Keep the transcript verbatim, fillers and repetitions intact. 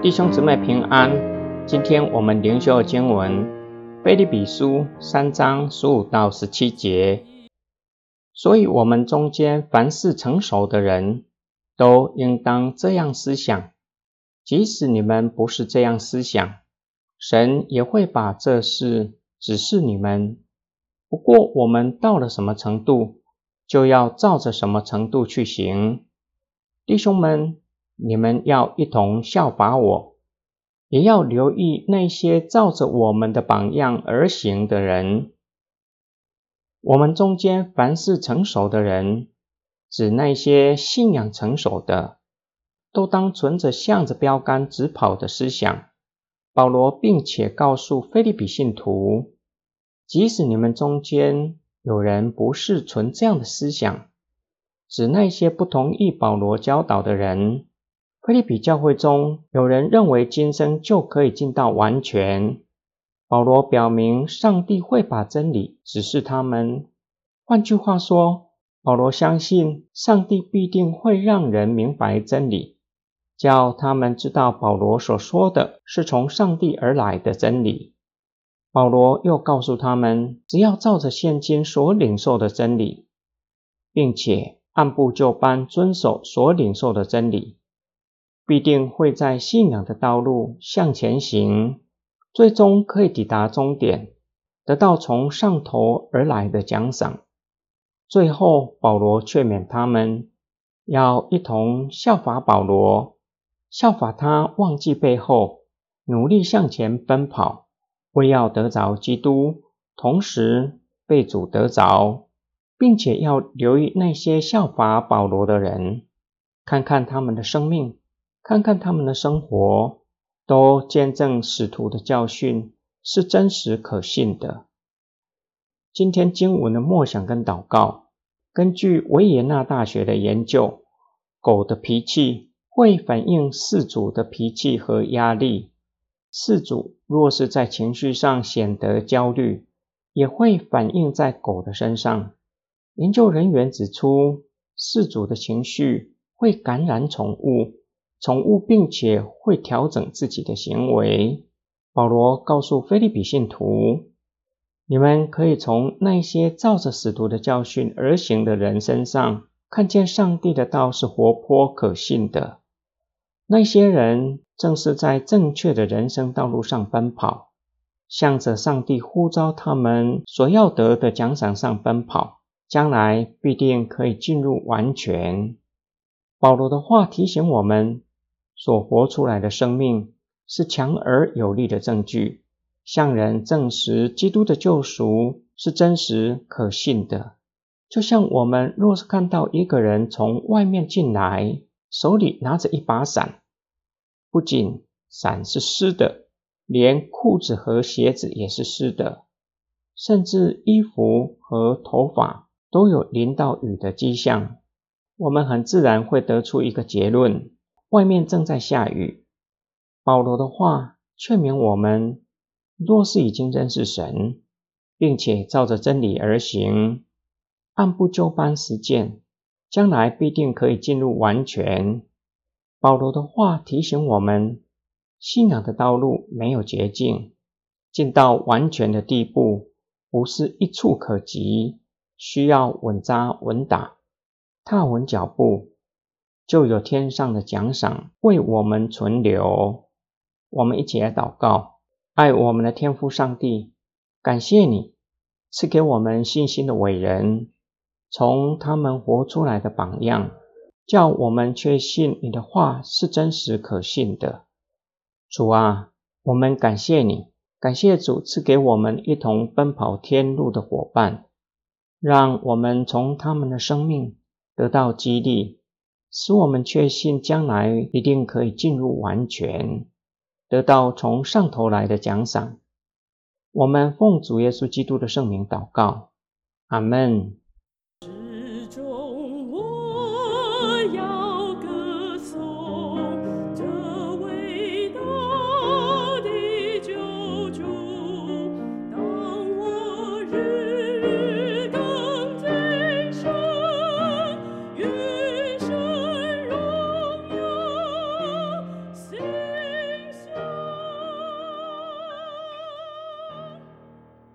弟兄姊妹平安，今天我们灵修的经文腓立比书三章十五到十七节。所以我们中间凡是成熟的人，都应当这样思想，即使你们不是这样思想，神也会把这事指示你们。不过我们到了什么程度，就要照着什么程度去行。弟兄们，你们要一同效法我，也要留意那些照着我们的榜样而行的人。我们中间凡是成熟的人，指那些信仰成熟的，都当存着向着标杆直跑的思想。保罗并且告诉腓立比信徒，即使你们中间有人不是存这样的思想，指那些不同意保罗教导的人。腓立比教会中有人认为今生就可以进到完全，保罗表明上帝会把真理指示他们。换句话说，保罗相信上帝必定会让人明白真理，叫他们知道保罗所说的是从上帝而来的真理。保罗又告诉他们，只要照着现今所领受的真理，并且按部就班遵守所领受的真理，必定会在信仰的道路向前行，最终可以抵达终点，得到从上头而来的奖赏。最后，保罗劝勉他们要一同效法保罗，效法他忘记背后，努力向前奔跑，为要得着基督，同时被主得着，并且要留意那些效法保罗的人，看看他们的生命，看看他们的生活，都见证使徒的教训是真实可信的。今天经文的默想跟祷告，根据维也纳大学的研究，狗的脾气会反映饲主的脾气和压力。饲主若是在情绪上显得焦虑，也会反映在狗的身上。研究人员指出，饲主的情绪会感染宠物，宠物并且会调整自己的行为。保罗告诉腓立比信徒，你们可以从那些照着使徒的教训而行的人身上，看见上帝的道是活泼可信的。那些人正是在正确的人生道路上奔跑，向着上帝呼召他们所要得的奖赏上奔跑，将来必定可以进入完全。保罗的话提醒我们，所活出来的生命是强而有力的证据，向人证实基督的救赎是真实可信的。就像我们若是看到一个人从外面进来，手里拿着一把伞，不仅伞是湿的，连裤子和鞋子也是湿的，甚至衣服和头发都有淋到雨的迹象，我们很自然会得出一个结论，外面正在下雨。保罗的话劝勉我们，若是已经认识神，并且照着真理而行，按部就班实践，将来必定可以进入完全。保罗的话提醒我们，信仰的道路没有捷径，进到完全的地步不是一触可及，需要稳扎稳打，踏稳脚步，就有天上的奖赏为我们存留。我们一起来祷告。爱我们的天父上帝，感谢你赐给我们信心的伟人，从他们活出来的榜样，叫我们确信你的话是真实可信的。主啊，我们感谢你，感谢主赐给我们一同奔跑天路的伙伴，让我们从他们的生命得到激励，使我们确信将来一定可以进入完全，得到从上头来的奖赏。我们奉主耶稣基督的圣名祷告，阿们。